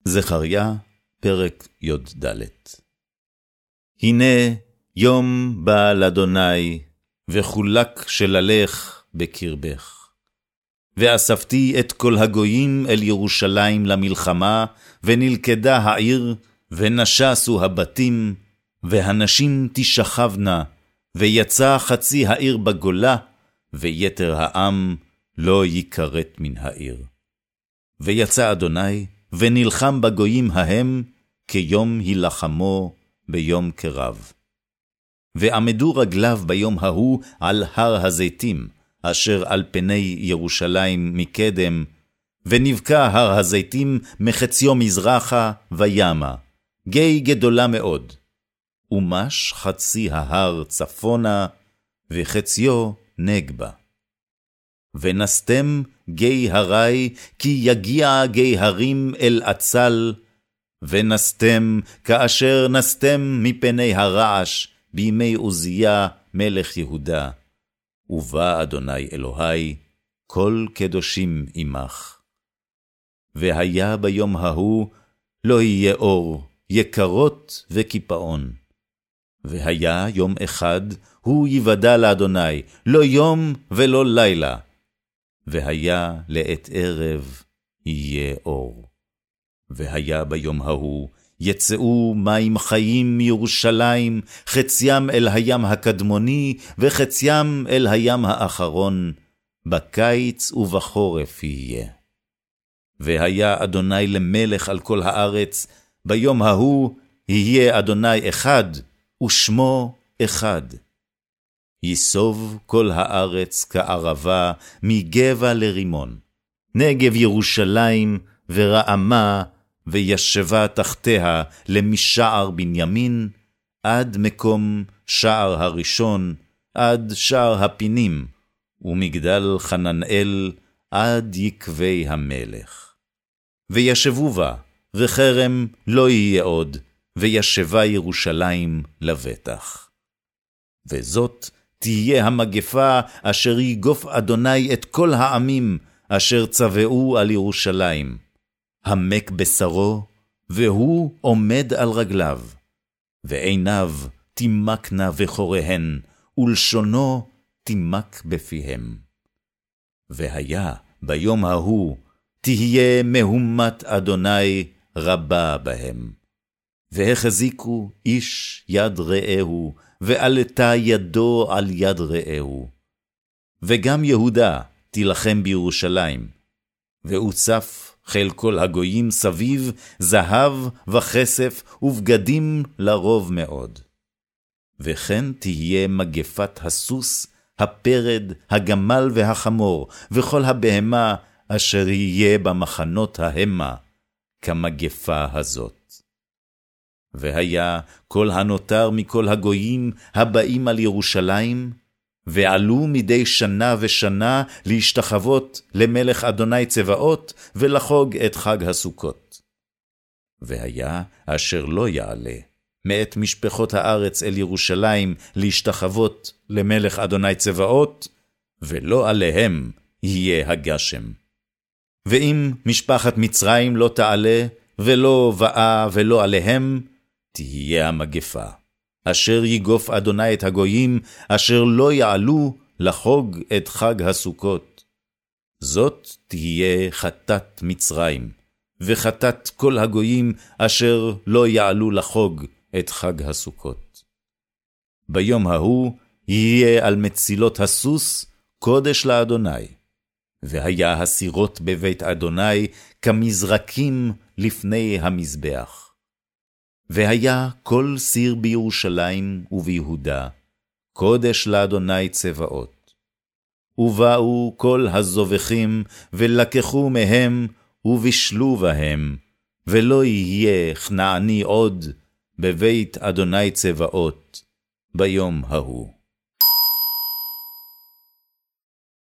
זכריה, פרק י"ד. הנה יום בא לאדוני, וחולק שללך בקרבך. ואספתי את כל הגויים אל ירושלים למלחמה, ונלכדה העיר, ונשסו הבתים, והנשים תשכבנה, ויצא חצי העיר בגולה, ויתר העם לא יכרת מן העיר. ויצא אדוני, ונלחם בגויים ההם, כיום הילחמו ביום קרב. ועמדו רגליו ביום ההוא על הר הזיתים, אשר על פני ירושלים מקדם, ונבקע הר הזיתים מחציו מזרחה וימה, גיא גדולה מאוד, ומש חצי ההר צפונה, וחציו נגבה. ונסתם גיא הרי, כי יגיע גיא הרים אל עצל, ונסתם כאשר נסתם מפני הרעש, בימי עוזיה מלך יהודה. ובא אדוני אלוהי, כל קדושים עמך. והיה ביום ההוא, לא יהיה אור, יקרות וקיפאון. והיה יום אחד, הוא יוודע לאדוני, לא יום ולא לילה. והיה לעת ערב, יהיה אור. והיה ביום ההוא, יצאו מים חיים מירושלים, חציים אל הים הקדמוני, וחציים אל הים האחרון, בקיץ ובחורף יהיה. והיה אדוני למלך על כל הארץ, ביום ההוא יהיה אדוני אחד, ושמו אחד. יסוב כל הארץ כערבה, מגבע לרימון, נגב ירושלים ורעמה, וישבה תחתיה למשער בנימין, עד מקום שער הראשון, עד שער הפינים, ומגדל חננאל, עד יקבי המלך. וישבו בה, וחרם לא יהיה עוד, וישבה ירושלים לבטח. וזאת תהיה המגפה אשר יגוף אדוני את כל העמים, אשר צבאו על ירושלים. המק בשרו, והוא עומד על רגליו. ועיניו תימקנה וחוריהן, ולשונו תימק בפיהם. והיה ביום ההוא, תהיה מהומת אדוני רבה בהם. והחזיקו איש יד רעהו, ועלתה ידו על יד רעהו. וגם יהודה תילחם בירושלים, ואוצף חיל כל הגויים סביב, זהב וכסף ובגדים לרוב מאוד. וכן תהיה מגפת הסוס, הפרד, הגמל והחמור, וכל הבהמה אשר יהיה במחנות ההמה, כמגפה הזאת. והיה כל הנותר מכל הגויים הבאים על ירושלים, ועלו מדי שנה ושנה להשתחוות למלך אדוני צבאות, ולחוג את חג הסוכות. והיה אשר לא יעלה, מאת משפחות הארץ אל ירושלים להשתחוות למלך אדוני צבאות, ולא עליהם יהיה הגשם. ואם משפחת מצרים לא תעלה, ולא באה ולא עליהם, תהיה המגפה, אשר יגוף אדוני את הגויים, אשר לא יעלו לחוג את חג הסוכות. זאת תהיה חטאת מצרים, וחטאת כל הגויים, אשר לא יעלו לחוג את חג הסוכות. ביום ההוא יהיה על מצילות הסוס קודש לאדוני, והיה הסירות בבית אדוני כמזרקים לפני המזבח. והיה כל סיר בירושלים וביהודה, קודש לאדוני צבאות. ובאו כל הזובחים, ולקחו מהם, ובישלו בהם, ולא יהיה כנעני עוד, בבית אדוני צבאות, ביום ההוא.